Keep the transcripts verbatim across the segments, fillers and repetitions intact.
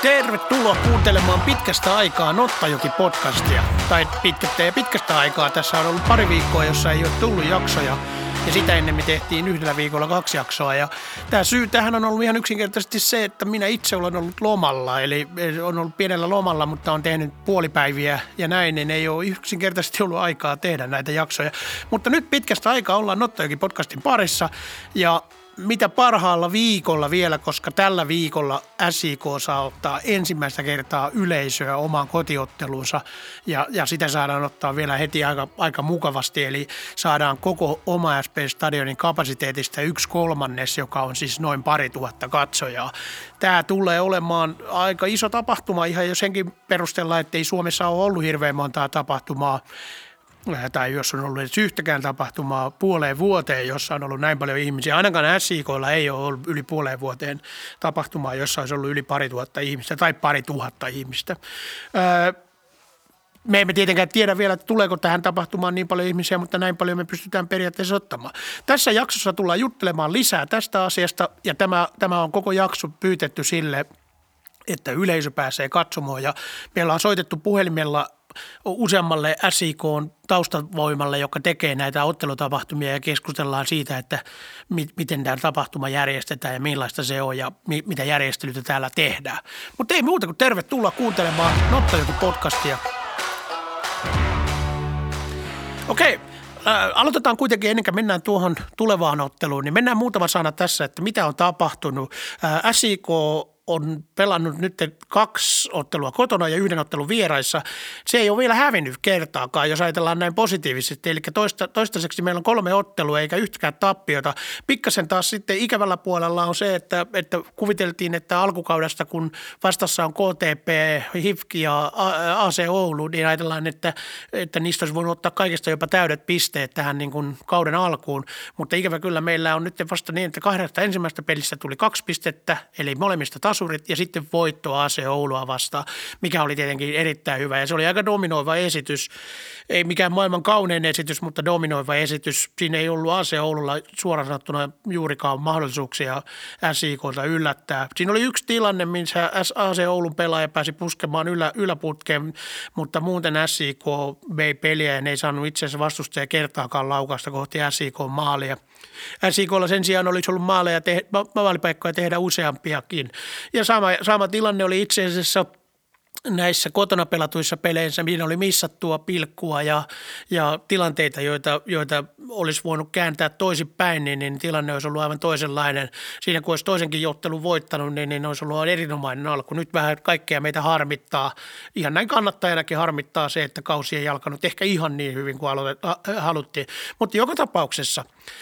Tervetuloa kuuntelemaan pitkästä aikaa Nottajoki-podcastia. Tai pitkästä ja pitkästä aikaa. Tässä on ollut pari viikkoa, jossa ei ole tullut jaksoja. Ja sitä ennen me tehtiin yhdellä viikolla kaksi jaksoa. Ja tämä syy tähän on ollut ihan yksinkertaisesti se, että minä itse olen ollut lomalla. Eli on ollut pienellä lomalla, mutta on tehnyt puolipäiviä ja näin. Niin ei ole yksinkertaisesti ollut aikaa tehdä näitä jaksoja. Mutta nyt pitkästä aikaa ollaan Nottajoki-podcastin parissa. Ja mitä parhaalla viikolla vielä, koska tällä viikolla S I K saa ottaa ensimmäistä kertaa yleisöä omaan kotiotteluunsa ja, ja sitä saadaan ottaa vielä heti aika, aika mukavasti. Eli saadaan koko oma S P-stadionin kapasiteetista yksi kolmannes, joka on siis noin pari tuhatta katsojaa. Tämä tulee olemaan aika iso tapahtuma ihan jo senkin perusteella, että ei Suomessa ole ollut hirveän montaa tapahtumaa. Tai jos on ollut edes yhtäkään tapahtumaa puoleen vuoteen, jossa on ollut näin paljon ihmisiä. Ainakaan S I K:lla ei ole ollut yli puoleen vuoteen tapahtumaa, jossa olisi ollut yli pari tuhatta ihmistä tai pari tuhatta ihmistä. Me emme tietenkään tiedä vielä, että tuleeko tähän tapahtumaan niin paljon ihmisiä, mutta näin paljon me pystytään periaatteessa ottamaan. Tässä jaksossa tullaan juttelemaan lisää tästä asiasta ja tämä, tämä on koko jakso pyytetty sille, että yleisö pääsee katsomaan ja meillä on soitettu puhelimella useammalle S I K:n taustavoimalle, joka tekee näitä ottelutapahtumia ja keskustellaan siitä, että mi- miten tämä tapahtuma järjestetään ja millaista se on ja mi- mitä järjestelyitä täällä tehdään. Mutta ei muuta kuin tervetuloa kuuntelemaan Nottajoki-podcastia. Okei. Ää, aloitetaan kuitenkin ennen kuin mennään tuohon tulevaan otteluun, niin mennään muutama sana tässä, että mitä on tapahtunut. Ää, S I K on pelannut nyt kaksi ottelua kotona ja yhden ottelun vieraissa. Se ei ole vielä hävinnyt kertaakaan, jos ajatellaan näin positiivisesti. Eli toista, toistaiseksi meillä on kolme ottelua eikä yhtäkään tappiota. Pikkasen taas sitten ikävällä puolella on se, että, että kuviteltiin, että alkukaudesta kun vastassa on K T P, H I F K ja A C Oulu, niin ajatellaan, että, että niistä olisi voinut ottaa kaikista jopa täydet pisteet tähän niin kuin kauden alkuun. Mutta ikävä kyllä meillä on nyt vasta niin, että kahdesta ensimmäistä pelissä tuli kaksi pistettä, eli molemmista taas ja sitten voitto A C Oulua vastaan, mikä oli tietenkin erittäin hyvä. Ja se oli aika dominoiva esitys. Ei mikään maailman kaunein esitys, mutta dominoiva esitys. Siinä ei ollut A C Oululla suoraan sanottuna juurikaan mahdollisuuksia S I K:lta yllättää. Siinä oli yksi tilanne, missä A C Oulun pelaaja pääsi puskemaan ylä, yläputkeen, mutta muuten S I K vei peliä ja ne ei saanut itse asiassa vastustaja kertaakaan laukasta kohti S I K-maalia. S I K:lla sen sijaan olisi ollut maaleja te- maalipaikkoja tehdä useampiakin. Ja sama, sama tilanne oli itse asiassa näissä kotona pelatuissa peleissä, siinä oli missattua pilkkua ja, ja tilanteita, joita, joita olisi voinut kääntää toisinpäin, niin, niin tilanne olisi ollut aivan toisenlainen. Siinä kun olisi toisenkin ottelun voittanut, niin, niin olisi ollut erinomainen alku. Nyt vähän kaikkea meitä harmittaa. Ihan näin kannattajanakin harmittaa se, että kausi ei alkanut ehkä ihan niin hyvin kuin haluttiin. Mutta joka tapauksessa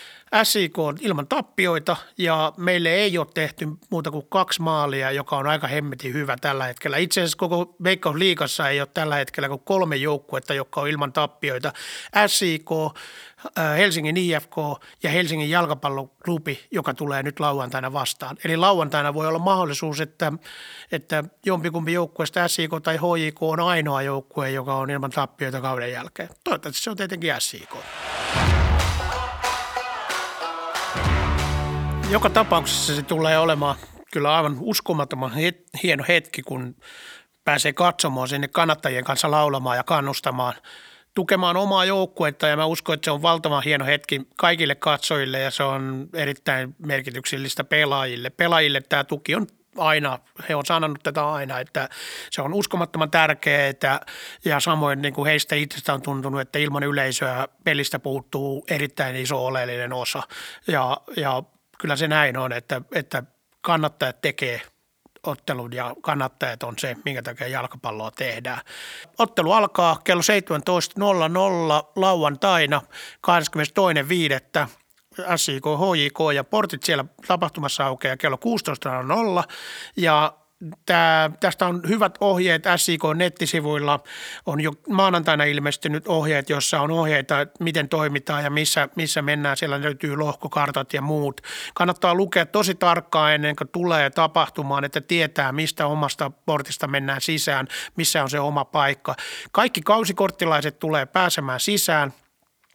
S I K on ilman tappioita ja meille ei ole tehty muuta kuin kaksi maalia, joka on aika hemmetin hyvä tällä hetkellä. Itse asiassa koko Veikkausliigassa ei ole tällä hetkellä kuin kolme joukkuetta, jotka on ilman tappioita. S I K, Helsingin I F K ja Helsingin jalkapalloklubi, joka tulee nyt lauantaina vastaan. Eli lauantaina voi olla mahdollisuus, että, että jompikumpi joukkueesta S I K tai H J K on ainoa joukkue, joka on ilman tappioita kauden jälkeen. Toivottavasti se on tietenkin S I K. Joka tapauksessa se tulee olemaan kyllä aivan uskomattoman het- hieno hetki, kun pääsee katsomaan sinne kannattajien kanssa laulamaan ja kannustamaan, tukemaan omaa joukkuetta. Ja mä uskon, että se on valtavan hieno hetki kaikille katsojille ja se on erittäin merkityksellistä pelaajille. Pelaajille tämä tuki on aina, he on sanonut tätä aina, että se on uskomattoman tärkeää että, ja samoin niin kuin heistä itsestä on tuntunut, että ilman yleisöä pelistä puuttuu erittäin iso oleellinen osa ja, ja kyllä se näin on, että, että kannattajat tekee ottelun ja kannattajat on se, minkä takia jalkapalloa tehdään. Ottelu alkaa kello seitsemäntoista nolla nolla lauantaina kahdeskymmenestoinen viidettä S I K, H J K ja portit siellä tapahtumassa aukeaa kello kuusitoista nolla nolla ja Tää, tästä on hyvät ohjeet S I K-nettisivuilla. On jo maanantaina ilmestynyt ohjeet, jossa on ohjeita, miten toimitaan ja missä, missä mennään. Siellä löytyy lohkokartat ja muut. Kannattaa lukea tosi tarkkaan ennen kuin tulee tapahtumaan, että tietää, mistä omasta portista mennään sisään, missä on se oma paikka. Kaikki kausikorttilaiset tulee pääsemään sisään.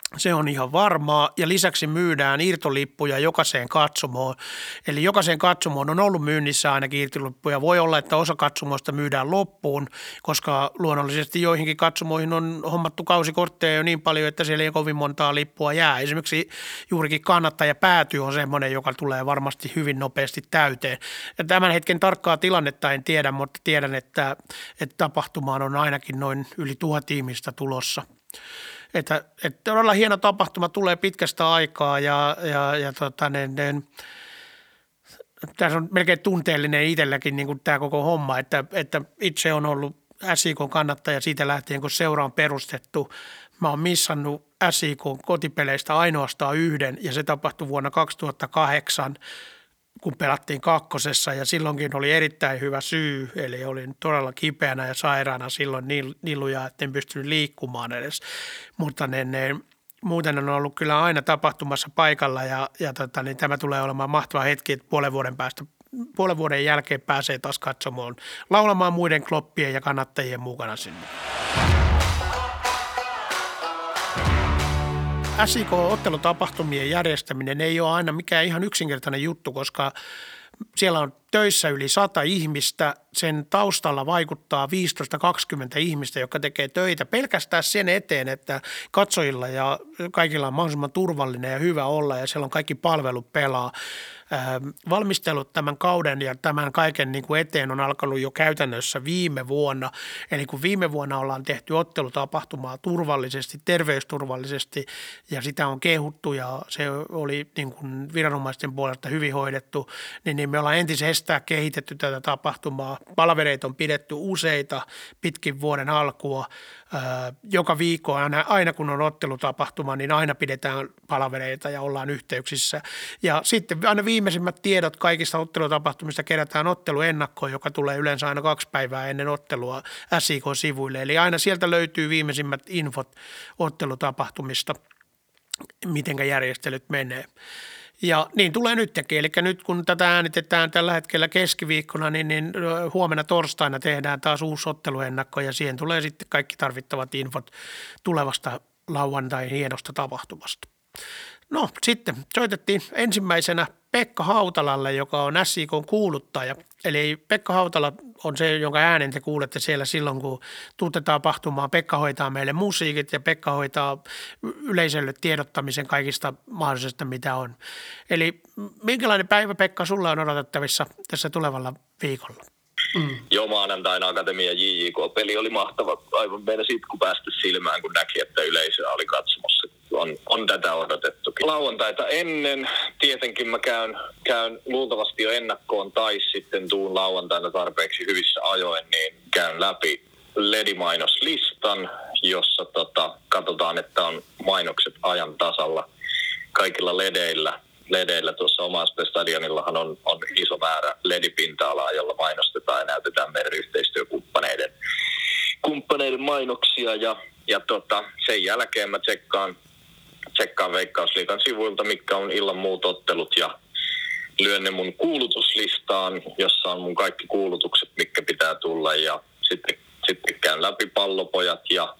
Se on ihan varmaa ja lisäksi myydään irtolippuja jokaiseen katsomoon. Eli jokaiseen katsomoon on ollut myynnissä ainakin irtolippuja. Voi olla, että osa katsomoista myydään loppuun, koska luonnollisesti joihinkin katsomoihin on hommattu kausikortteja jo niin paljon, että siellä ei kovin montaa lippua jää. Esimerkiksi juurikin kannattaja pääty on semmoinen, joka tulee varmasti hyvin nopeasti täyteen. Ja tämän hetken tarkkaa tilannetta en tiedä, mutta tiedän, että, että tapahtumaan on ainakin noin yli tuhat ihmistä tulossa. Että, että todella hieno tapahtuma tulee pitkästä aikaa ja, ja, ja tota, ne, ne, tässä on melkein tunteellinen itselläkin niin kuin tämä koko homma, että, että itse on ollut S I K:n kannattaja siitä lähtien, kun seura on perustettu. Mä oon missannut S I K:n kotipeleistä ainoastaan yhden ja se tapahtui vuonna kaksituhattakahdeksan, kun pelattiin kakkosessa ja silloinkin oli erittäin hyvä syy, eli olin todella kipeänä ja sairaana silloin niluja, että en pystynyt liikkumaan edes, mutta ne, ne, muuten on ollut kyllä aina tapahtumassa paikalla ja, ja tota, niin tämä tulee olemaan mahtava hetki, että puolen vuoden päästä, puolen vuoden jälkeen pääsee taas katsomaan, laulamaan muiden kloppien ja kannattajien mukana sinne. S I K-ottelutapahtumien järjestäminen ei ole aina mikään ihan yksinkertainen juttu, koska siellä on töissä yli sata ihmistä, sen taustalla vaikuttaa viisitoista kaksikymmentä ihmistä, jotka tekee töitä pelkästään sen eteen, että katsojilla ja kaikilla on mahdollisimman turvallinen ja hyvä olla ja siellä on kaikki palvelut pelaa. Valmistelut tämän kauden ja tämän kaiken niin kuin eteen on alkanut jo käytännössä viime vuonna. Eli kun viime vuonna ollaan tehty ottelutapahtumaa turvallisesti, terveysturvallisesti ja sitä on kehuttu ja se oli niin kuin viranomaisten puolesta hyvin hoidettu, niin, niin me ollaan entisestään kehitetty tätä tapahtumaa. Palavereita on pidetty useita pitkin vuoden alkua. Joka viikko aina, aina kun on ottelutapahtuma, niin aina pidetään palavereita ja ollaan yhteyksissä. Ja sitten aina viimeisimmät tiedot kaikista ottelutapahtumista kerätään otteluennakkoon, joka tulee yleensä aina kaksi päivää ennen ottelua S I K-sivuille. Eli aina sieltä löytyy viimeisimmät infot ottelutapahtumista, mitenkä järjestelyt menee. Ja niin tulee nytkin, eli nyt kun tätä äänitetään tällä hetkellä keskiviikkona, niin, niin huomenna torstaina tehdään taas uusi otteluennakko ja siihen tulee sitten kaikki tarvittavat infot tulevasta lauantain hienosta tapahtumasta. No sitten soitettiin ensimmäisenä Pekka Hautalalle, joka on S I K:n kuuluttaja. Eli Pekka Hautala on se, jonka äänen te kuulette siellä silloin, kun tuutte tapahtumaan. Pekka hoitaa meille musiikit ja Pekka hoitaa yleisölle tiedottamisen kaikista mahdollisesta, mitä on. Eli minkälainen päivä, Pekka, sulla on odotettavissa tässä tulevalla viikolla? Mm. Joo, maanantaina Akatemia J J K-peli oli mahtava. Aivan meidän itku päästä silmään, kun näki, että yleisöä oli katsomassa. On, on tätä odotettu. Lauantaita ennen tietenkin mä käyn, käyn luultavasti jo ennakkoon tai sitten tuun lauantaina tarpeeksi hyvissä ajoin, niin käyn läpi L E D-mainoslistan, jossa tota, katsotaan, että on mainokset ajan tasalla kaikilla ledeillä. Ledeillä tuossa omassa stadionillahan on, on iso määrä L E D-pinta-alaa, jolla mainostetaan ja näytetään meidän yhteistyökumppaneiden kumppaneiden mainoksia. Ja, ja tota, sen jälkeen mä tsekkaan, tsekkaan Veikkausliigan sivuilta, mitkä on illan muut ottelut ja lyön ne mun kuulutuslistaan, jossa on mun kaikki kuulutukset, mitkä pitää tulla. Ja sitten, sitten käyn läpi pallopojat ja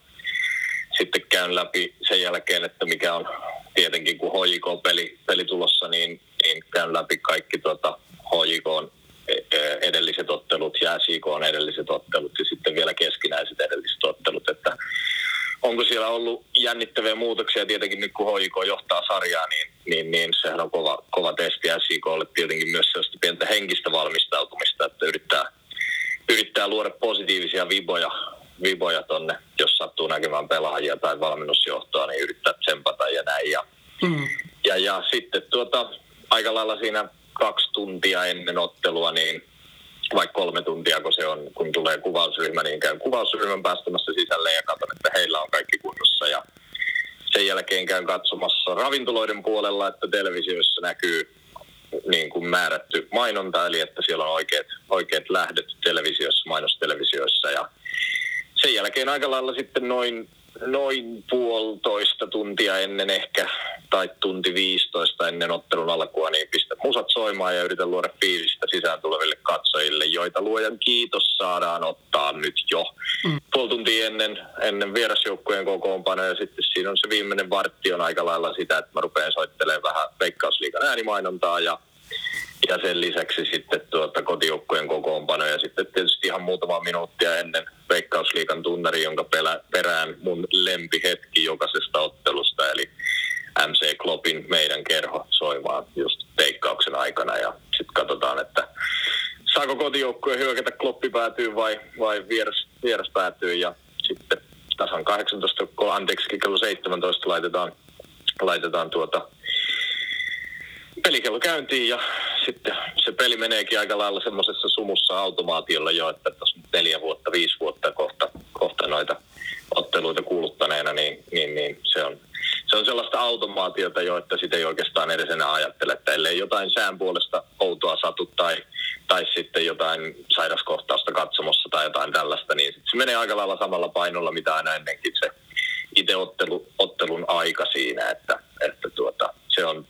sitten käyn läpi sen jälkeen, että mikä on tietenkin, kun H J K-peli peli tulossa, niin, niin käyn läpi kaikki tuota H J K:n edelliset ottelut ja S I K:n edelliset ottelut ja sitten vielä keskinäiset edelliset ottelut, että onko siellä ollut jännittäviä muutoksia. Tietenkin nyt kun H J K johtaa sarjaa, niin, niin, niin sehän on kova, kova testi S I K:lle. Tietenkin myös sellaista pientä henkistä valmistautumista, että yrittää, yrittää luoda positiivisia viboja, viboja tonne, jos sattuu näkemään pelaajia tai valmennusjohtoa, niin yrittää tsempata ja näin. Ja, mm. ja, ja sitten tuota, aika lailla siinä kaksi tuntia ennen ottelua, niin vaikka kolme tuntia, kun se on, kun tulee kuvausryhmä, niin käyn kuvausryhmän päästämässä sisälle ja katson, että heillä on kaikki kunnossa. Ja sen jälkeen käyn katsomassa ravintoloiden puolella, että televisioissa näkyy niin kuin määrätty mainonta, eli että siellä on oikeat, oikeat lähdöt televisioissa, mainostelevisioissa. Ja sen jälkeen aika lailla sitten noin noin puolitoista tuntia ennen ehkä, tai tunti viisitoista ennen ottelun alkua, niin pistän musat soimaan ja yritän luoda fiilistä sisään tuleville katsojille, joita luojan kiitos saadaan ottaa nyt jo. Mm. Puoli tuntia ennen, ennen vierasjoukkueen kokoonpanoa ja sitten siinä on se viimeinen vartti on aika lailla sitä, että mä rupean soittelemaan vähän Veikkausliigan äänimainontaa ja Ja sen lisäksi sitten tuota kotijoukkueen kokoonpano ja sitten tietysti ihan muutama minuuttia ennen Veikkausliigan tunnari, jonka pelä, perään mun lempihetki jokaisesta ottelusta, eli M C Kloppin meidän kerho soimaan just teikkauksen aikana. Ja sitten katsotaan, että saako kotijoukkue hyökätä, Kloppi päätyy vai, vai vieras, vieras päätyy. Ja sitten tasan kahdeksantoista, anteeksi kello seitsemäntoista laitetaan, laitetaan tuota pelikello käyntiin ja sitten se peli meneekin aika lailla semmoisessa sumussa automaatiolla jo, että tuossa neljä vuotta, viisi vuotta kohta, kohta noita otteluita kuuluttaneena, niin, niin, niin se, on, se on sellaista automaatiota jo, että sitä ei oikeastaan edes enää ajattele, että ellei jotain sään puolesta outoa satu tai, tai sitten jotain sairaskohtausta katsomossa tai jotain tällaista, niin se menee aika lailla samalla painolla, mitä aina ennenkin se itse ottelu, ottelun aika siinä, että, että tuota, se on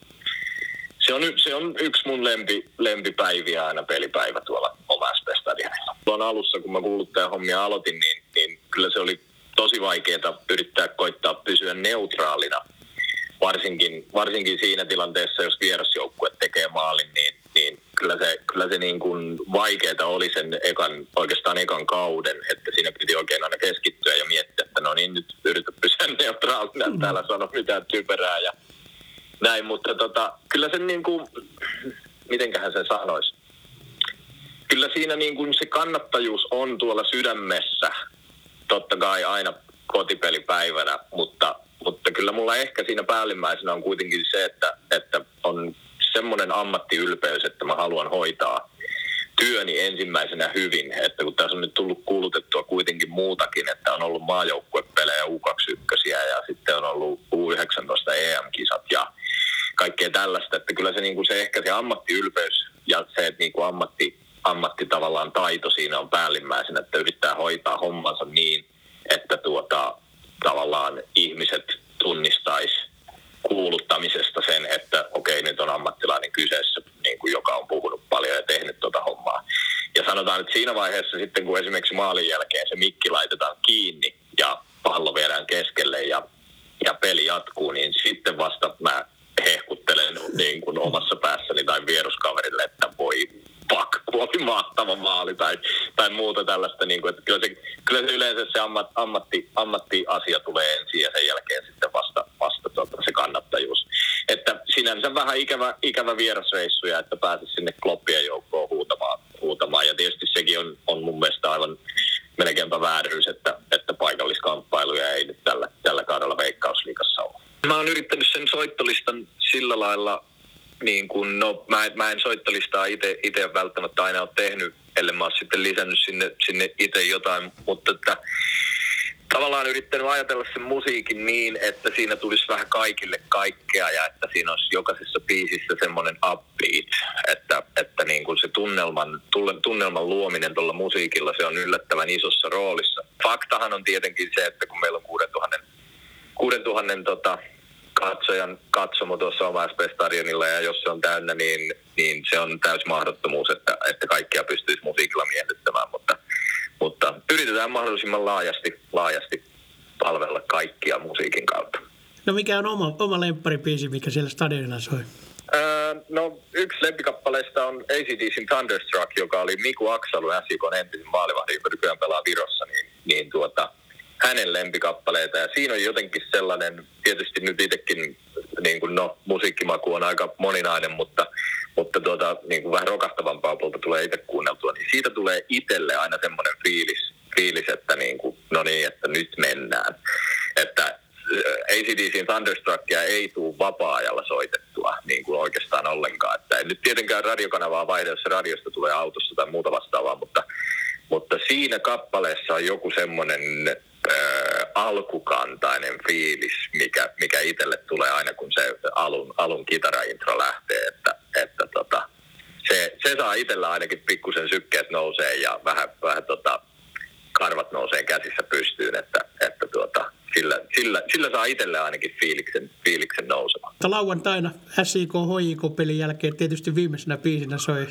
Se on, se on yksi mun lempi, lempipäiviä aina pelipäivä tuolla O M S P-stadionilla. Tuon alussa, kun mä kuuluttajahommia aloitin, niin, niin kyllä se oli tosi vaikeaa yrittää koittaa pysyä neutraalina. Varsinkin, varsinkin siinä tilanteessa, jos vierasjoukkue tekee maalin, niin, niin kyllä se, kyllä se niin kuin vaikeaa oli sen ekan, oikeastaan ekan kauden, että siinä piti oikein aina keskittyä ja miettiä, että no niin, nyt yritä pysyä neutraalina, mm. täällä sano mitään typerää ja näin, mutta tota, kyllä se niin kuin, mitenköhän sen sanoisi, kyllä siinä niin kuin se kannattajuus on tuolla sydämessä, totta kai aina kotipelipäivänä, mutta, mutta kyllä mulla ehkä siinä päällimmäisenä on kuitenkin se, että, että on semmoinen ammattiylpeys, että mä haluan hoitaa työni ensimmäisenä hyvin, että kun tässä on nyt tullut kuulutettua kuitenkin muutakin, että on ollut maajoukkuepelejä U kaksikymmentä ja sitten on ollut U yhdeksäntoista E M-kisat ja kaikkea tällaista, että kyllä se, niin kuin se ehkä se ammattiylpeys ja se, että niin kuin ammatti, ammatti tavallaan taito siinä on päällimmäisenä, että yrittää hoitaa hommansa niin, että tuota, tavallaan ihmiset tunnistaisi kuuluttamisesta sen, että okei, nyt on ammattilainen kyseessä, niin kuin joka on puhunut paljon ja tehnyt tuota hommaa. Ja sanotaan, että siinä vaiheessa sitten, kun esimerkiksi maalin jälkeen se mikki laitetaan kiinni ja pallo viedään keskelle ja, ja peli jatkuu, niin sitten vasta mä hehkuttelen niin kuin omassa päässäni tai vieruskaverille, että voi fuck, kun oli mahtava maali tai, tai muuta tällaista. Niin kuin, että kyllä, se, kyllä se yleensä se ammat, ammatti, ammattiasia tulee ensin ja sen jälkeen sitten vasta, vasta tuota, se kannattajuus. Että sinänsä vähän ikävä, ikävä vierasreissuja, että pääsisi sinne Kloppien joukkoon huutamaan, huutamaan. Ja tietysti sekin on, on mun mielestä aivan melkeinpä vääryys, että, että paikalliskamppailuja ei nyt tällä, tällä kaudella Veikkausliigassa ole. Mä oon yrittänyt sen soittolistan sillä lailla, niin kuin, no mä, mä en soittolistaa ite, ite välttämättä aina ole tehnyt, ellei mä oon sitten lisännyt sinne, sinne itse jotain, mutta että tavallaan yrittänyt ajatella sen musiikin niin, että siinä tulisi vähän kaikille kaikkea ja että siinä olisi jokaisessa biisissä semmoinen upbeat, että, että niin kuin se tunnelman, tunnelman luominen tuolla musiikilla, se on yllättävän isossa roolissa. Faktahan on tietenkin se, että kun meillä on kuudentuhannen tota, katsojan katsomo tuossa O M S P-stadionilla ja jos se on täynnä, niin, niin se on täysi mahdottomuus, että, että kaikkia pystyisi musiikilla miellyttämään, mutta, mutta yritetään mahdollisimman laajasti, laajasti palvella kaikkia musiikin kautta. No mikä on oma, oma lempparibiisi, mikä siellä stadionilla soi? Öö, no yksi lempikappaleista on A C D C:n Thunderstruck, joka oli Miku Aksalu, S J K:n entisen maalivahdin, joka nykyään pelaa Virossa, niin, niin tuota, hänen lempikappaleita. Ja siinä on jotenkin sellainen, tietysti nyt itsekin, niin kuin no, musiikkimaku on aika moninainen, mutta, mutta tuota, niin kuin vähän rokahtavampaa puolta tulee itse kuunneltua, niin siitä tulee itselle aina semmoinen fiilis, fiilis että niin kuin, no niin, että nyt mennään. Että A C D C:n Thunderstruckia ei tule vapaa-ajalla soitettua niin kuin oikeastaan ollenkaan. Että en nyt tietenkään radiokanavaa vaihda, jos se radiosta tulee autossa tai muuta vastaavaa, mutta, mutta siinä kappaleessa on joku semmoinen äh, alkukantainen fiilis, mikä, mikä itselle tulee aina, kun se alun, alun kitaraintro lähtee, että, että tota, se, se saa itsellä ainakin pikkusen sykkeet nousee ja vähän, vähän tota, karvat nousee käsissä pystyyn, että, että tuota, sillä, sillä, sillä saa itselle ainakin fiiliksen, fiiliksen nousemaan. Lauantaina S I K-H J K-pelin jälkeen tietysti viimeisenä biisinä soi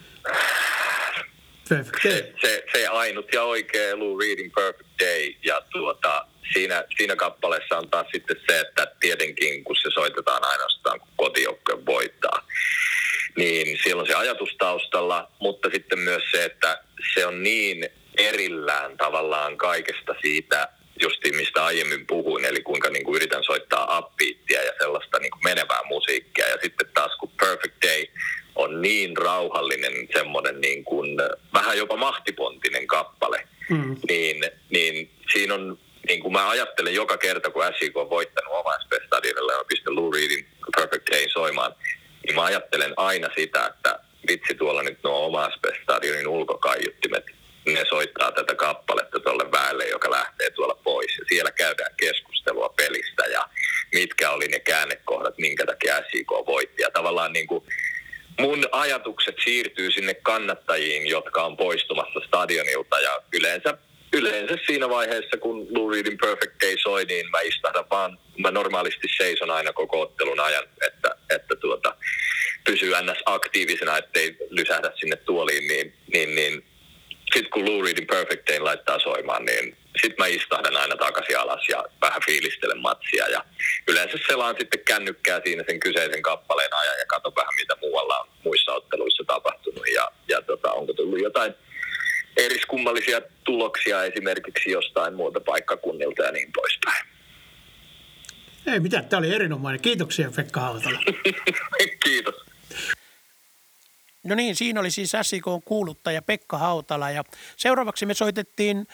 Perfect Day. Se, se, se ainut ja oikea Lou Reedin Perfect Day. Ja tuota, siinä, siinä kappaleessa on taas sitten se, että tietenkin kun se soitetaan ainoastaan kun kotijoukkue voittaa, niin siellä on se ajatus taustalla, mutta sitten myös se, että se on niin erillään tavallaan kaikesta siitä, justiin mistä aiemmin puhuin, eli kuinka niin kuin yritän soittaa upbeatia ja sellaista niin kuin menevää musiikkia. Ja sitten taas kun Perfect Day on niin rauhallinen, semmoinen niin kuin vähän jopa mahtipontinen kappale, mm. niin, niin siinä on, niin kuin mä ajattelen joka kerta, kun S I K on voittanut oma S P-stadionilla ja mä pistän Lou Reedin Perfect Day soimaan, niin mä ajattelen aina sitä, että vitsi tuolla nyt nuo oma S P-stadionin ulkokaiuttimet, ne soittaa tätä kappaletta tuolle väelle, joka lähtee tuolla pois. Ja siellä käydään keskustelua pelistä ja mitkä oli ne käännekohdat, minkä takia S I K voitti. Ja tavallaan niin kuin mun ajatukset siirtyy sinne kannattajiin, jotka on poistumassa stadionilta. Ja yleensä, yleensä siinä vaiheessa, kun Lou Reedin Perfect Day soi, niin mä istahdan vaan, mä normaalisti seison aina koko ottelun ajan, että, että tuota, pysyy ns. Aktiivisena, ettei lysähdä sinne tuoliin, niin, niin, niin sitten kun Lou Reedin Perfect Day laittaa soimaan, niin sitten mä istahdan aina takaisin alas ja vähän fiilistelen matsia. Ja yleensä selaan sitten kännykkää siinä sen kyseisen kappaleen ajan ja katson vähän, mitä muualla on muissa otteluissa tapahtunut. Ja, ja tota, onko tullut jotain eriskummallisia tuloksia esimerkiksi jostain muuta paikkakunnilta ja niin poispäin. Ei mitään, tämä oli erinomainen. Kiitoksia Pekka Hautala. Kiitos. No niin, siinä oli siis S I K:n kuuluttaja Pekka Hautala ja seuraavaksi me soitettiin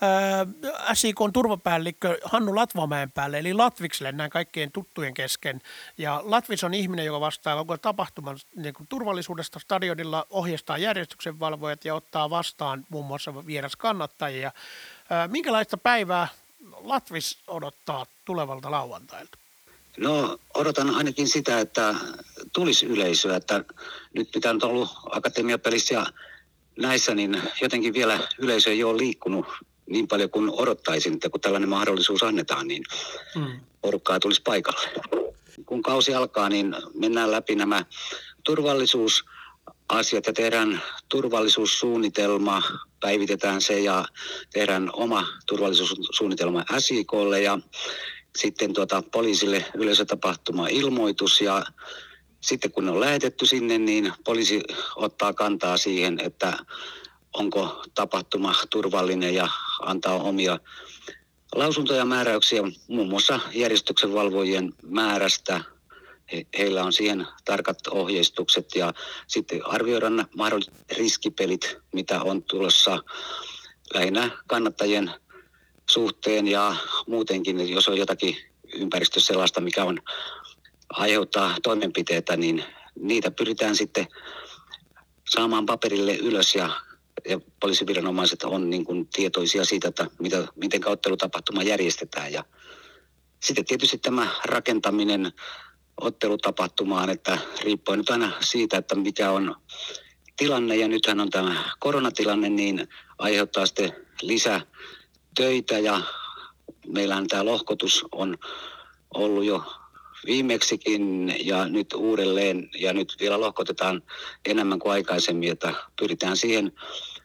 ää, S I K:n turvapäällikkö Hannu Latvamäen päälle, eli Latvikselle näin kaikkien tuttujen kesken. Ja Latvis on ihminen, joka vastaa koko tapahtuman niin kuin turvallisuudesta stadionilla, ohjeistaa järjestyksenvalvojat ja ottaa vastaan muun muassa vieraskannattajia. Ää, minkälaista päivää Latvis odottaa tulevalta lauantailta? No odotan ainakin sitä, että tulisi yleisöä, että nyt mitä on ollut akatemiapelissä ja näissä, niin jotenkin vielä yleisö ei ole liikkunut niin paljon kuin odottaisin, että kun tällainen mahdollisuus annetaan, niin mm. porukkaa tulisi paikalle. Kun kausi alkaa, niin mennään läpi nämä turvallisuusasiat ja tehdään turvallisuussuunnitelma, päivitetään se ja tehdään oma turvallisuussuunnitelma S I K:lle ja sitten tuota, poliisille yleisötapahtuma-ilmoitus ja sitten kun ne on lähetetty sinne, niin poliisi ottaa kantaa siihen, että onko tapahtuma turvallinen ja antaa omia lausuntoja ja määräyksiä muun muassa järjestyksenvalvojien määrästä. He, heillä on siihen tarkat ohjeistukset ja sitten arvioidaan mahdolliset riskipelit, mitä on tulossa lähinnä kannattajien suhteen ja muutenkin, jos on jotakin ympäristössä sellaista, mikä on aiheuttaa toimenpiteitä, niin niitä pyritään sitten saamaan paperille ylös ja, ja poliisiviranomaiset on niin kuin tietoisia siitä, että mitä, miten ottelutapahtuma järjestetään. Ja sitten tietysti tämä rakentaminen ottelutapahtumaan, että riippuen nyt aina siitä, että mikä on tilanne ja nythän on tämä koronatilanne, niin aiheuttaa sitten lisää töitä ja meillähän tämä lohkotus on ollut jo viimeksikin ja nyt uudelleen ja nyt vielä lohkotetaan enemmän kuin aikaisemmin, että pyritään siihen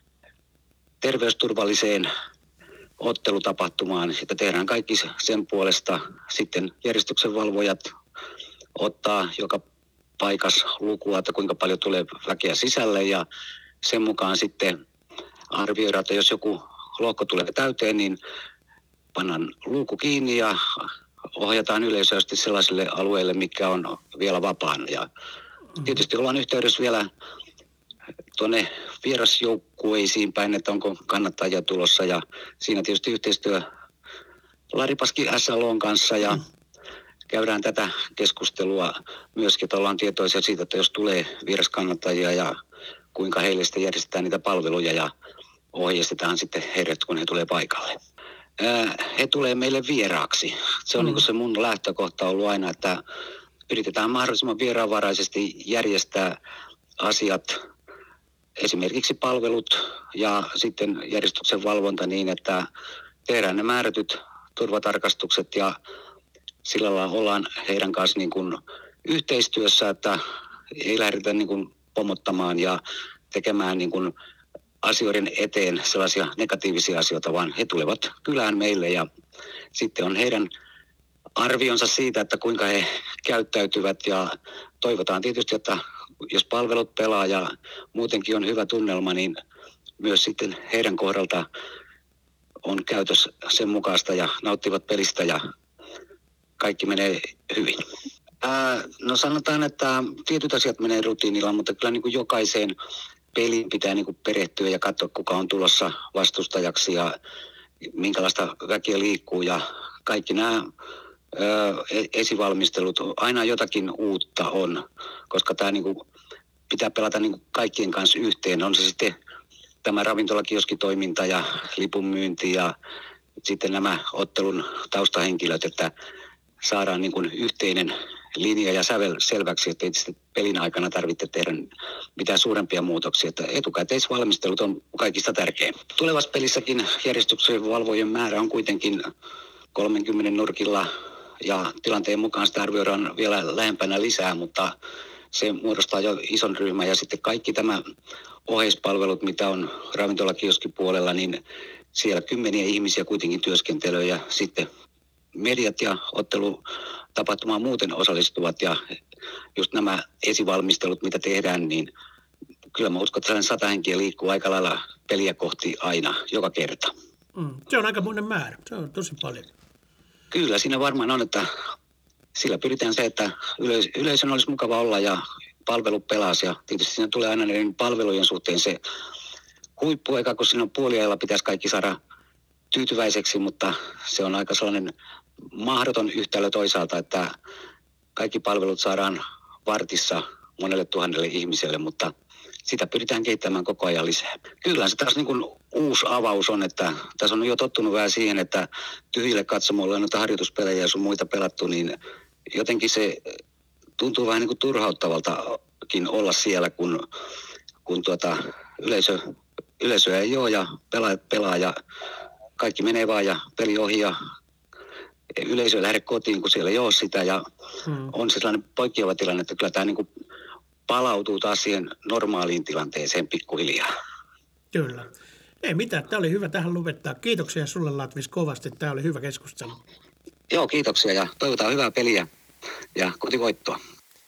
terveysturvalliseen ottelutapahtumaan, että tehdään kaikki sen puolesta. Sitten järjestyksenvalvojat ottaa joka paikassa lukua, että kuinka paljon tulee väkeä sisälle ja sen mukaan sitten arvioidaan, että jos joku lohko tulee täyteen, niin pannaan luukku kiinni ja ohjataan yleisöisesti sellaisille alueille, mikä on vielä vapaana. Ja tietysti ollaan yhteydessä vielä tuonne vierasjoukkueisiin päin, että onko kannattajia tulossa. Ja siinä tietysti yhteistyö Laripaski S L O:n kanssa ja käydään tätä keskustelua myöskin, että ollaan tietoisia siitä, että jos tulee vieraskannattajia ja kuinka heille sitten järjestetään niitä palveluja ja ohjeistetaan sitten heidät, kun he tulee paikalle. He tulee meille vieraaksi. Se on mm. niin kuin se mun lähtökohta ollut aina, että yritetään mahdollisimman vieraanvaraisesti järjestää asiat, esimerkiksi palvelut ja sitten järjestyksen valvonta niin, että tehdään ne määrätyt turvatarkastukset ja sillä lailla ollaan heidän kanssa niin kuin yhteistyössä, että ei lähdetä niin kuin pomottamaan ja tekemään niin kuin asioiden eteen sellaisia negatiivisia asioita, vaan he tulevat kylään meille ja sitten on heidän arvionsa siitä, että kuinka he käyttäytyvät ja toivotaan tietysti, että jos palvelut pelaa ja muutenkin on hyvä tunnelma, niin myös sitten heidän kohdalta on käytös sen mukaista ja nauttivat pelistä ja kaikki menee hyvin. Ää, no sanotaan, että tietyt asiat menee rutiinilla, mutta kyllä niin kuin jokaiseen peliin pitää niin kuin perehtyä ja katsoa, kuka on tulossa vastustajaksi ja minkälaista väkeä liikkuu ja kaikki nämä ö, esivalmistelut, aina jotakin uutta on, koska tämä niin kuin pitää pelata niin kuin kaikkien kanssa yhteen. On se sitten tämä ravintolakioskitoiminta ja lipunmyynti ja sitten nämä ottelun taustahenkilöt, että saadaan niin kuin yhteinen linja ja sävel selväksi, että ei sitten pelin aikana tarvitse tehdä mitään suurempia muutoksia. Että etukäteisvalmistelut on kaikista tärkein. Tulevassa pelissäkin järjestyksen valvojien määrä on kuitenkin kolmekymmentä nurkilla ja tilanteen mukaan sitä arvioidaan vielä lähempänä lisää, mutta se muodostaa jo ison ryhmän ja sitten kaikki tämä oheispalvelut, mitä on ravintolakioskipuolella, niin siellä kymmeniä ihmisiä kuitenkin työskentelee ja sitten mediat ja ottelutapahtumaan muuten osallistuvat ja just nämä esivalmistelut, mitä tehdään, niin kyllä mä uskon, että sellainen sata henkiä liikkuu aika lailla peliä kohti aina, joka kerta. Mm, se on aikamoinen määrä, se on tosi paljon. Kyllä, siinä varmaan on, että sillä pyritään se, että yleis- yleisön olisi mukava olla ja palvelu pelasi ja tietysti siinä tulee aina näiden palvelujen suhteen se huippuaika, kun siinä on puoliajalla pitäisi kaikki saada tyytyväiseksi, mutta se on aika sellainen mahdoton yhtälö toisaalta, että kaikki palvelut saadaan vartissa monelle tuhannelle ihmiselle, mutta sitä pyritään kehittämään koko ajan lisää. Kyllä se taas niin kuin uusi avaus on, että tässä on jo tottunut vähän siihen, että tyhjille katsomoille on noita harjoituspelejä ja sun muita pelattu, niin jotenkin se tuntuu vähän niin kuin turhauttavaltakin olla siellä, kun, kun tuota yleisö, yleisöä ei ole ja pelaajat pelaa ja kaikki menee vaan ja peli ohi ja yleisö ei lähde kotiin, kun siellä ei ole sitä ja hmm. on se sellainen poikkeava tilanne, että kyllä tämä niin kuin palautuu taas siihen normaaliin tilanteeseen pikkuhiljaa. Kyllä. Ei mitään, tämä oli hyvä tähän lopettaa. Kiitoksia sulle, Latvis, kovasti. Tämä oli hyvä keskustelu. Joo, kiitoksia ja toivotaan hyvää peliä ja kotivoittoa.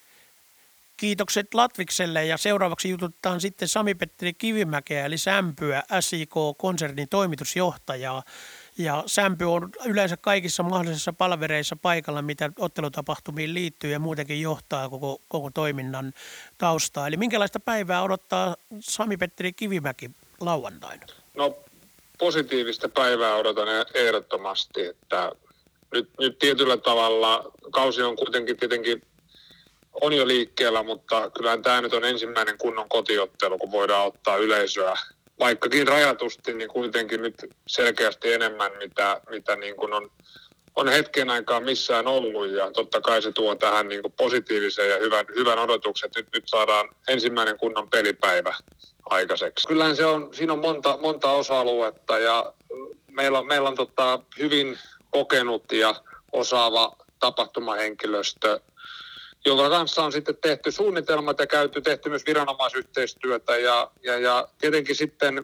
Kiitokset Latvikselle ja seuraavaksi jututetaan sitten Sami-Petteri Kivimäkeä eli Sämpyä, S I K-konsernin toimitusjohtajaa. Ja Sämpy on yleensä kaikissa mahdollisissa palvereissa paikalla, mitä ottelutapahtumiin liittyy ja muutenkin johtaa koko, koko toiminnan taustaa. Eli minkälaista päivää odottaa Sami-Petteri Kivimäki lauantaina? No positiivista päivää odotan ehdottomasti, että nyt, nyt tietyllä tavalla kausi on kuitenkin tietenkin on jo liikkeellä, mutta kyllähän tämä nyt on ensimmäinen kunnon kotiottelu, kun voidaan ottaa yleisöä. Vaikkakin rajatusti, niin kuitenkin nyt selkeästi enemmän, mitä, mitä niin kuin on, on hetken aikaa missään ollut. Ja totta kai se tuo tähän niin kuin positiivisen ja hyvän, hyvän odotuksen, että nyt, nyt saadaan ensimmäinen kunnon pelipäivä aikaiseksi. Kyllähän se on, siinä on monta, monta osa-aluetta ja meillä on, meillä on tota hyvin kokenut ja osaava tapahtumahenkilöstö, jonka kanssa on sitten tehty suunnitelmat ja käyty, tehty myös viranomaisyhteistyötä ja, ja, ja tietenkin sitten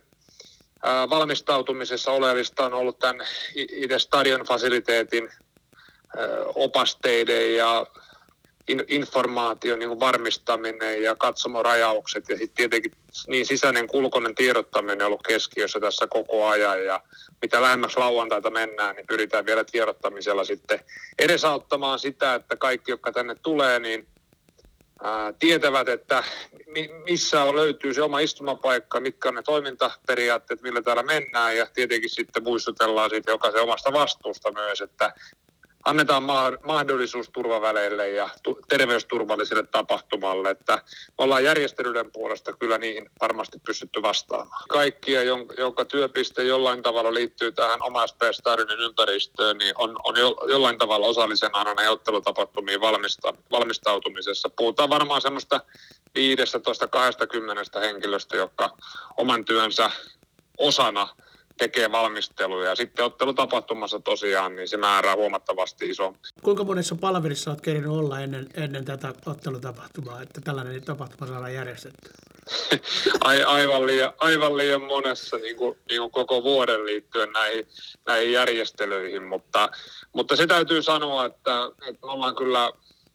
ää, valmistautumisessa oleellista on ollut tämän itse stadion-fasiliteetin ää, opasteiden ja in, informaation niin kuin varmistaminen ja katsomorajaukset ja sitten tietenkin niin sisäinen kulkoinen tiedottaminen on ollut keskiössä tässä koko ajan ja mitä lähemmäksi lauantaita mennään, niin pyritään vielä tiedottamisella sitten edesauttamaan sitä, että kaikki, jotka tänne tulee, niin ää, tietävät, että mi- missä on, löytyy se oma istumapaikka, mitkä on ne toimintaperiaatteet, millä täällä mennään ja tietenkin sitten muistutellaan siitä jokaisen omasta vastuusta myös, että annetaan mahdollisuus turvaväleille ja terveysturvalliselle tapahtumalle, että me ollaan järjestelyiden puolesta kyllä niihin varmasti pystytty vastaamaan. Kaikkia, jonka työpiste jollain tavalla liittyy tähän oma S P Stadionin ympäristöön, niin on, on jo, jollain tavalla osallisena aina neuvottelutapahtumiin valmista, valmistautumisessa. Puhutaan varmaan semmoista viisitoista kaksikymmentä henkilöstä, jotka oman työnsä osana tekee valmisteluja. Ja sitten ottelutapahtumassa tosiaan niin se määrää huomattavasti isompi. Kuinka monessa palaverissa olet kerinyt olla ennen, ennen tätä ottelutapahtumaa, että tällainen tapahtuma saadaan järjestettyä? Ai, aivan, liian, aivan liian monessa niin kuin, niin kuin koko vuoden liittyen näihin, näihin järjestelyihin, mutta, mutta se täytyy sanoa, että, että ollaan kyllä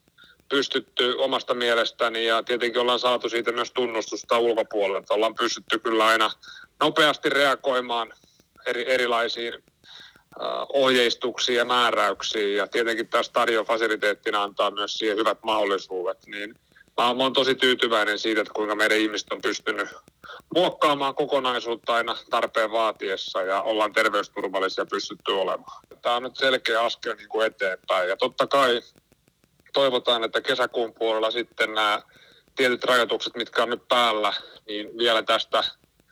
pystytty omasta mielestäni ja tietenkin ollaan saatu siitä myös tunnustusta ulkopuolelta. Ollaan pystytty kyllä aina nopeasti reagoimaan eri, erilaisiin uh, ohjeistuksiin ja määräyksiin ja tietenkin tämä stadionfasiliteettina antaa myös siihen hyvät mahdollisuudet. Niin mä oon tosi tyytyväinen siitä, että kuinka meidän ihmiset on pystynyt muokkaamaan kokonaisuutta aina tarpeen vaatiessa ja ollaan terveysturvallisia pystytty olemaan. Tämä on nyt selkeä askel niin kuin eteenpäin ja totta kai toivotaan, että kesäkuun puolella sitten nämä tietyt rajoitukset, mitkä on nyt päällä, niin vielä tästä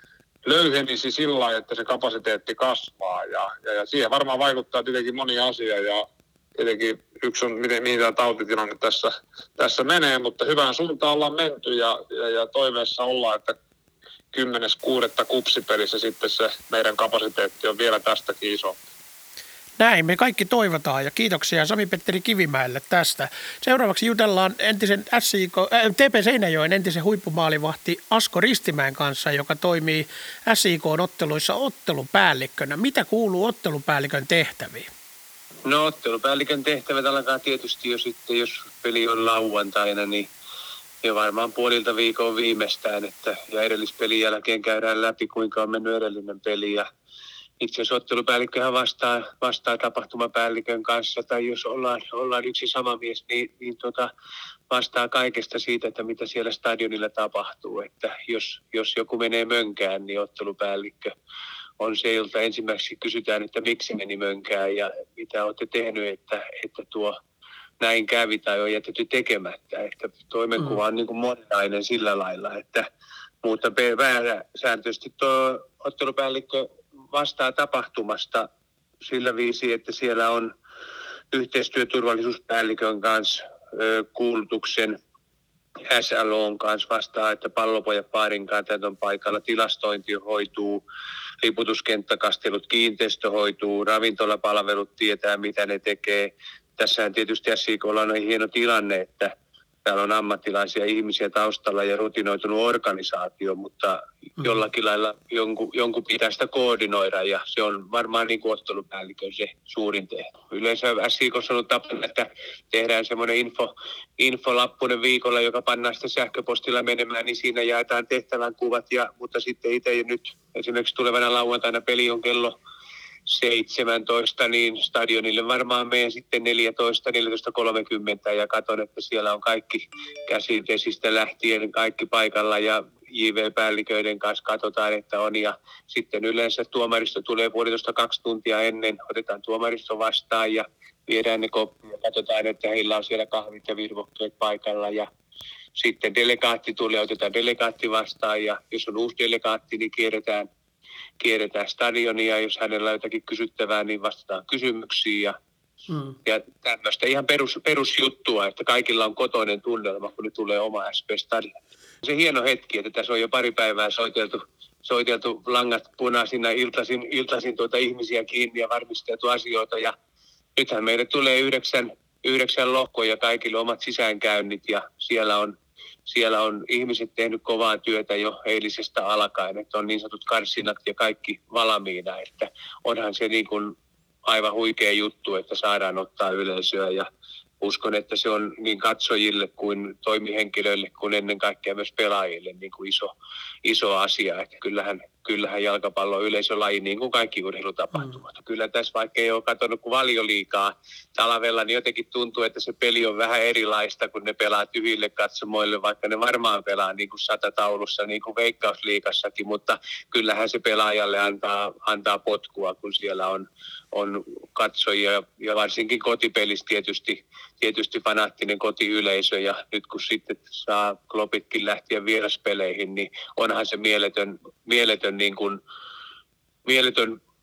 löyhenisi sillä lailla, että se kapasiteetti kasvaa. Ja, ja, ja siihen varmaan vaikuttaa tietenkin moni asia ja tietenkin yksi on, miten, mihin tämä tautitilanne tässä, tässä menee, mutta hyvään suuntaan ollaan menty ja, ja, ja toiveessa ollaan, että kymmenes kuudetta kupsipelissä sitten se meidän kapasiteetti on vielä tästäkin iso. Näin me kaikki toivotaan ja kiitoksia Sami-Petteri Kivimäelle tästä. Seuraavaksi jutellaan entisen S I K, äh, T P Seinäjoen entisen huippumaalivahti Asko Ristimäen kanssa, joka toimii S I K-otteluissa ottelupäällikkönä. Mitä kuuluu ottelupäällikön tehtäviin? No ottelupäällikön tehtävät alkaa tietysti jo sitten, jos peli on lauantaina, niin jo varmaan puolilta viikon viimeistään, että ja edellispelin jälkeen käydään läpi, kuinka on mennyt edellinen peli ja itse asiassa ottelupäällikköhän vastaa, vastaa tapahtumapäällikön kanssa, tai jos ollaan, ollaan yksi sama mies, niin, niin tota, vastaa kaikesta siitä, että mitä siellä stadionilla tapahtuu. Että jos, jos joku menee mönkään, niin ottelupäällikkö on se, jolta ensimmäiseksi kysytään, että miksi meni mönkään ja mitä olette tehnyt, että, että tuo näin kävi tai on jätetty tekemättä. Että toimenkuva on niin kuin moninainen sillä lailla, että mutta pääsääntöisesti tuo ottelupäällikkö vastaa tapahtumasta sillä viisi, että siellä on yhteistyöturvallisuuspäällikön kanssa, kuulutuksen S L O:n kanssa vastaa, että pallopojat paarin kanssa on paikalla, tilastointi hoituu, liputuskenttäkastelut, kiinteistö hoituu, ravintolapalvelut tietää mitä ne tekee. Tässähän tietysti S I K:lla on hieno tilanne, että täällä on ammattilaisia ihmisiä taustalla ja rutinoitunut organisaatio, mutta jollakin lailla jonkun, jonkun pitää sitä koordinoida ja se on varmaan niin kuin ottelupäällikön se suurin tehtävä. Yleensä S I K:ssa on ollut tapana, että tehdään semmoinen info, infolappunen viikolla, joka pannaan sitten sähköpostilla menemään, niin siinä jaetaan tehtävän kuvat, ja, mutta sitten itse nyt esimerkiksi tulevana lauantaina peli on kello seitsemäntoista, niin stadionille varmaan menen sitten neljätoista, neljätoista kolmekymmentä ja katson, että siellä on kaikki käsidesistä lähtien kaikki paikalla ja J V-päälliköiden kanssa katsotaan, että on. Ja sitten yleensä tuomaristo tulee puolitoista kaksi tuntia ennen, otetaan tuomaristo vastaan ja viedään ne koppiin ja katsotaan, että heillä on siellä kahvit ja virvokkeet paikalla ja sitten delegaatti tulee, otetaan delegaatti vastaan ja jos on uusi delegaatti, niin kierretään kierretään stadionia, jos hänellä on jotakin kysyttävää, niin vastataan kysymyksiin ja, mm. ja tämmöistä ihan perus, perusjuttua, että kaikilla on kotoinen tunnelma, kun ne tulee oma S P-stadion. Se hieno hetki, että tässä on jo pari päivää soiteltu, soiteltu langat punaisina iltaisin, iltaisin tuota ihmisiä kiinni ja varmisteltu asioita ja nythän meille tulee yhdeksän, yhdeksän lohkoja kaikille omat sisäänkäynnit ja siellä on Siellä on ihmiset tehnyt kovaa työtä jo eilisestä alkaen, että on niin sanotut karsinat ja kaikki valmiina, että onhan se niin kuin aivan huikea juttu, että saadaan ottaa yleisöä ja uskon, että se on niin katsojille kuin toimihenkilöille kuin ennen kaikkea myös pelaajille niin kuin iso, iso asia, että kyllähän, kyllähän jalkapallo on yleisölaji niin kuin kaikki urheilutapahtumat. Mm. Kyllä tässä vaikka ei ole katsonut kuin Valioliigaa talvella, niin jotenkin tuntuu, että se peli on vähän erilaista, kun ne pelaa tyhjille katsomoille, vaikka ne varmaan pelaa niin kuin satataulussa, niin kuin Veikkausliigassakin, mutta kyllähän se pelaajalle antaa, antaa potkua, kun siellä on, on katsojia ja varsinkin kotipelissä tietysti, tietysti fanaattinen kotiyleisö ja nyt kun sitten saa Kloppitkin lähteä vieraspeleihin, niin onhan se mieletön, mieletön, niin kuin, mieletön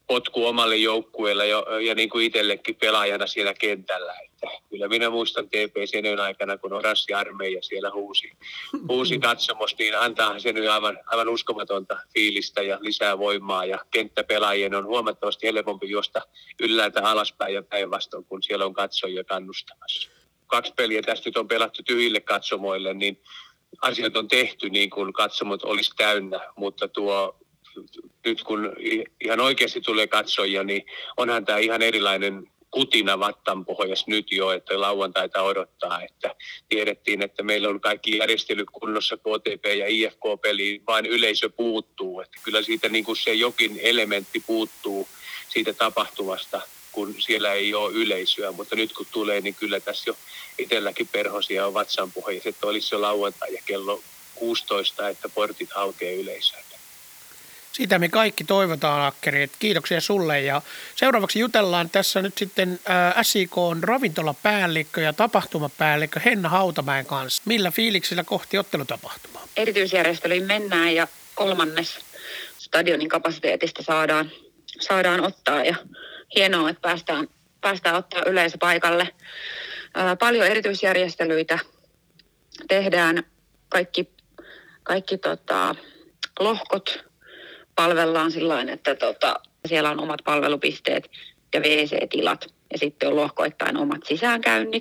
potku omalle joukkueelle ja, ja niin kuin itsellekin pelaajana siellä kentällä. Että kyllä minä muistan T P C:n aikana, kun Orassi armeija siellä huusi, huusi katsomosta, niin antaahan se nyt aivan, aivan uskomatonta fiilistä ja lisää voimaa. Ja kenttäpelaajien on huomattavasti helpompi juosta ylhäältä alaspäin ja päinvastoin, kun siellä on katsojia kannustamassa. Kaksi peliä tästä nyt on pelattu tyhjille katsomoille, niin asiat on tehty niin kuin katsomot olisi täynnä, mutta tuo nyt kun ihan oikeasti tulee katsojia, niin onhan tämä ihan erilainen kutina vattanpohjas nyt jo, että lauantaita odottaa, että tiedettiin, että meillä on kaikki järjestelyt kunnossa, K T P ja I F K-peli, vain yleisö puuttuu, että kyllä siitä niin kuin se jokin elementti puuttuu siitä tapahtumasta, kun siellä ei ole yleisöä, mutta nyt kun tulee, niin kyllä tässä jo itselläkin perhosia on vatsanpohjassa, että olisi jo lauantai ja kello kuusitoista, että portit aukeaa yleisölle. Sitä me kaikki toivotaan, Akkeri, että kiitoksia sulle. Ja seuraavaksi jutellaan tässä nyt sitten S I K:n ravintolapäällikkö ja tapahtumapäällikkö Henna Hautamäen kanssa. Millä fiiliksillä kohti ottelutapahtumaa? Erityisjärjestelyihin mennään ja kolmannes stadionin kapasiteetista saadaan, saadaan ottaa. Ja hienoa, että päästään, päästään ottaa yleisö paikalle. Ää, paljon erityisjärjestelyitä tehdään. Kaikki, kaikki tota, lohkot palvellaan sillain, että tota, siellä on omat palvelupisteet ja W C-tilat ja sitten on lohkoittain omat sisäänkäynnit.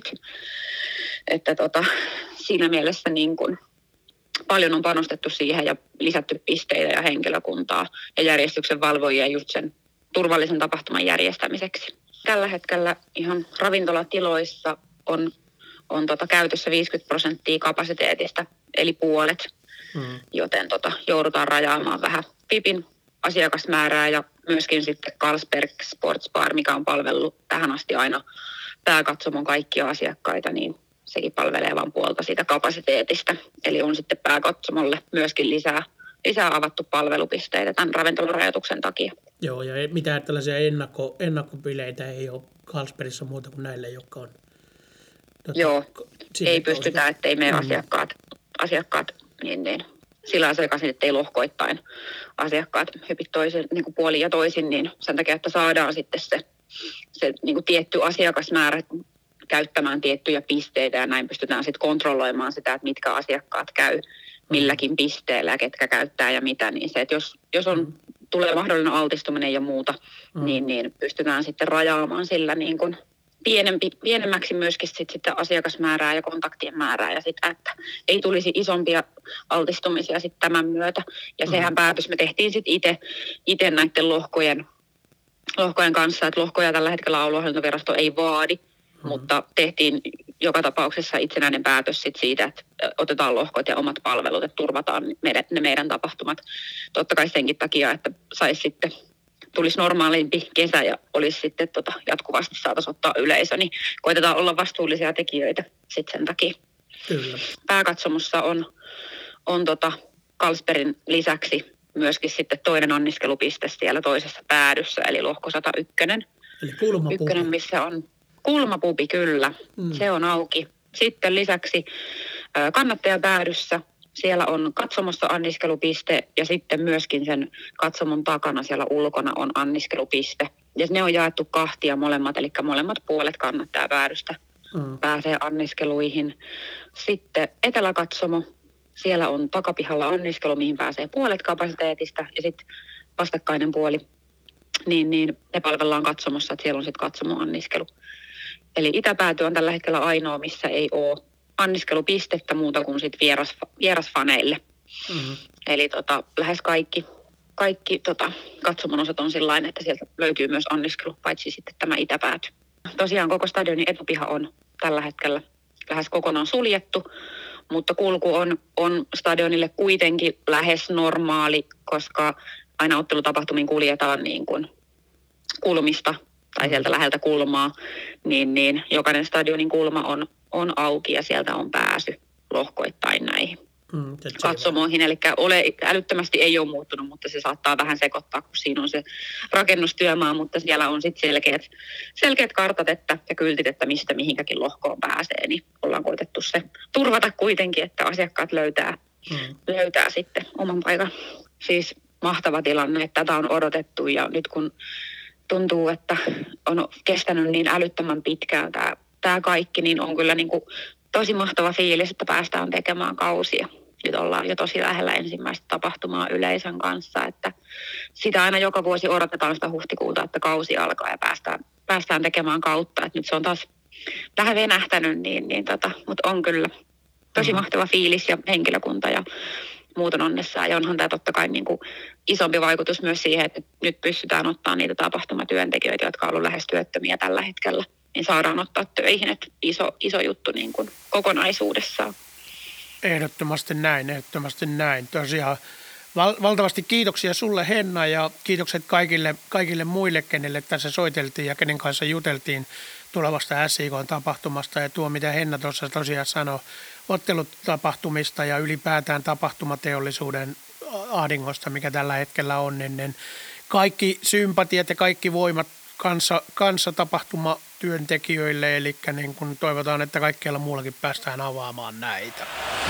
Että tota, siinä mielessä niin kun paljon on panostettu siihen ja lisätty pisteitä ja henkilökuntaa ja järjestyksen valvojia just sen turvallisen tapahtuman järjestämiseksi. Tällä hetkellä ihan ravintolatiloissa on, on tota käytössä viisikymmentä prosenttia kapasiteetista, eli puolet. Mm. Joten tota, joudutaan rajaamaan vähän Pipin asiakasmäärää ja myöskin sitten Carlsberg Sports Bar, mikä on palvellut tähän asti aina pääkatsomon kaikkia asiakkaita, niin sekin palvelee vain puolta siitä kapasiteetista. Eli on sitten pääkatsomolle myöskin lisää, lisää avattu palvelupisteitä tämän ravintolarajoituksen takia. Joo, ja mitään tällaisia ennakko, ennakkopileitä ei ole Carlsbergissa muuta kuin näille, jotka on... Tota, Joo, ei pystytä, ettei meidän mm. asiakkaat, asiakkaat niin, niin, sillä sekaisin, ettei lohkoittain asiakkaat hypit toisin, niin kuin puolin ja toisin, niin sen takia, että saadaan sitten se, se niin kuin tietty asiakasmäärä käyttämään tiettyjä pisteitä ja näin pystytään sitten kontrolloimaan sitä, että mitkä asiakkaat käy milläkin pisteellä ja ketkä käyttää ja mitä, niin se, että jos, jos on, tulee mahdollinen altistuminen ja muuta, mm. niin, niin pystytään sitten rajaamaan sillä niin kuin pienempi, pienemmäksi myöskin sit, sitten asiakasmäärää ja kontaktien määrää ja sitä, että ei tulisi isompia altistumisia sitten tämän myötä. Ja sehän mm. päätös me tehtiin sitten itse, itse näiden lohkojen, lohkojen kanssa, että lohkoja tällä hetkellä aluehallintovirasto ei vaadi, mm. mutta tehtiin joka tapauksessa itsenäinen päätös sit siitä, että otetaan lohkot ja omat palvelut, että turvataan meidän, ne meidän tapahtumat. Totta kai senkin takia, että saisi sitten tulisi normaalimpi kesä ja olisi sitten tota, jatkuvasti saataisiin ottaa yleisö, niin koitetaan olla vastuullisia tekijöitä sitten sen takia. Kyllä. Pääkatsomussa on, on tota Carlsbergin lisäksi myöskin sitten toinen anniskelupiste siellä toisessa päädyssä, eli lohko sata yksi. Eli kulmapubi. Ykkönen, missä on kulmapubi, kyllä. Mm. Se on auki. Sitten lisäksi kannattajapäädyssä. Siellä on katsomossa anniskelupiste ja sitten myöskin sen katsomon takana siellä ulkona on anniskelupiste. Ja ne on jaettu kahtia molemmat, eli molemmat puolet kannattajapäädystä mm. pääsee anniskeluihin. Sitten eteläkatsomo, siellä on takapihalla anniskelu, mihin pääsee puolet kapasiteetista ja sitten vastakkainen puoli, niin, niin ne palvellaan katsomossa, että siellä on sitten katsomo-anniskelu. Eli itäpääty on tällä hetkellä ainoa, missä ei ole anniskelupistettä muuta kuin sit vieras, vierasfaneille. Mm-hmm. Eli tota, lähes kaikki, kaikki tota, katsomon osat on sillain, että sieltä löytyy myös anniskelu, paitsi sitten tämä itäpääty. Tosiaan koko stadionin etupiha on tällä hetkellä lähes kokonaan suljettu, mutta kulku on, on stadionille kuitenkin lähes normaali, koska aina ottelutapahtumiin kuljetaan niin kuin kulmista tai sieltä läheltä kulmaa, niin, niin jokainen stadionin kulma on on auki ja sieltä on pääsy lohkoittain näihin mm, katsomoihin. Eli ole, älyttömästi ei ole muuttunut, mutta se saattaa vähän sekoittaa, kun siinä on se rakennustyömaa, mutta siellä on sitten selkeät, selkeät kartat että, ja kyltit, että mistä mihinkäkin lohkoon pääsee, niin ollaan koitettu se turvata kuitenkin, että asiakkaat löytää, mm. löytää sitten oman paikan. Siis mahtava tilanne, että tätä on odotettu ja nyt kun tuntuu, että on kestänyt niin älyttömän pitkään tämä, tämä kaikki, niin on kyllä niin kuin tosi mahtava fiilis, että päästään tekemään kausia. Nyt ollaan jo tosi lähellä ensimmäistä tapahtumaa yleisön kanssa, että sitä aina joka vuosi odotetaan sitä huhtikuuta, että kausi alkaa ja päästään, päästään tekemään kautta. Että nyt se on taas vähän venähtänyt, niin, niin tota, mutta on kyllä tosi mahtava fiilis ja henkilökunta ja muut on onnessaan. Ja onhan tämä totta kai niin kuin isompi vaikutus myös siihen, että nyt pystytään ottaa niitä tapahtumatyöntekijöitä, jotka on ollut lähes työttömiä tällä hetkellä, niin saadaan ottaa töihin. Että iso, iso juttu niin kuin kokonaisuudessaan. Ehdottomasti näin, ehdottomasti näin. Tosiaan val- valtavasti kiitoksia sulle, Henna, ja kiitokset kaikille, kaikille muille, kenelle tässä soiteltiin ja kenen kanssa juteltiin tulevasta S I K-tapahtumasta. Ja tuo, mitä Henna tuossa tosiaan sanoi, ottelutapahtumista ja ylipäätään tapahtumateollisuuden ahdingosta, mikä tällä hetkellä on, niin kaikki sympatiat ja kaikki voimat kanssa, kanssa tapahtumatyöntekijöille, eli niin kun toivotaan, että kaikkialla muullakin päästään avaamaan näitä.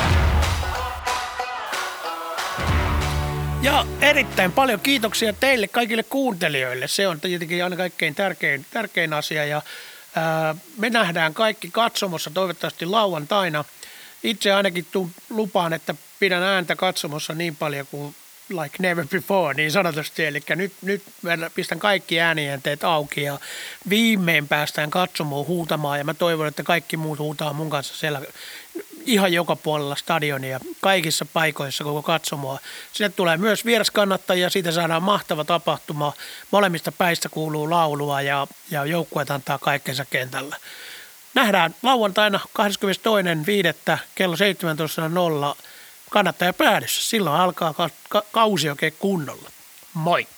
Ja erittäin paljon kiitoksia teille kaikille kuuntelijoille. Se on tietenkin aina kaikkein tärkein, tärkein asia, ja ää, me nähdään kaikki katsomossa toivottavasti lauantaina. Itse ainakin lupaan, että pidän ääntä katsomossa niin paljon kuin like never before, niin sanotusti. Eli nyt, nyt pistän kaikki äänienteet auki ja viimein päästään katsomoon huutamaan. Ja mä toivon, että kaikki muut huutaa mun kanssa siellä ihan joka puolella stadionia, kaikissa paikoissa koko katsomoa. Sinne tulee myös vieraskannattajia, siitä saadaan mahtava tapahtuma. Molemmista päistä kuuluu laulua ja, ja joukkueet antaa kaikkensa kentällä. Nähdään lauantaina kahdeskymmenestoinen viidettä kello seitsemäntoista nolla nolla kannattajapäädyssä. Silloin alkaa ka- ka- kausi oikein kunnolla. Moi!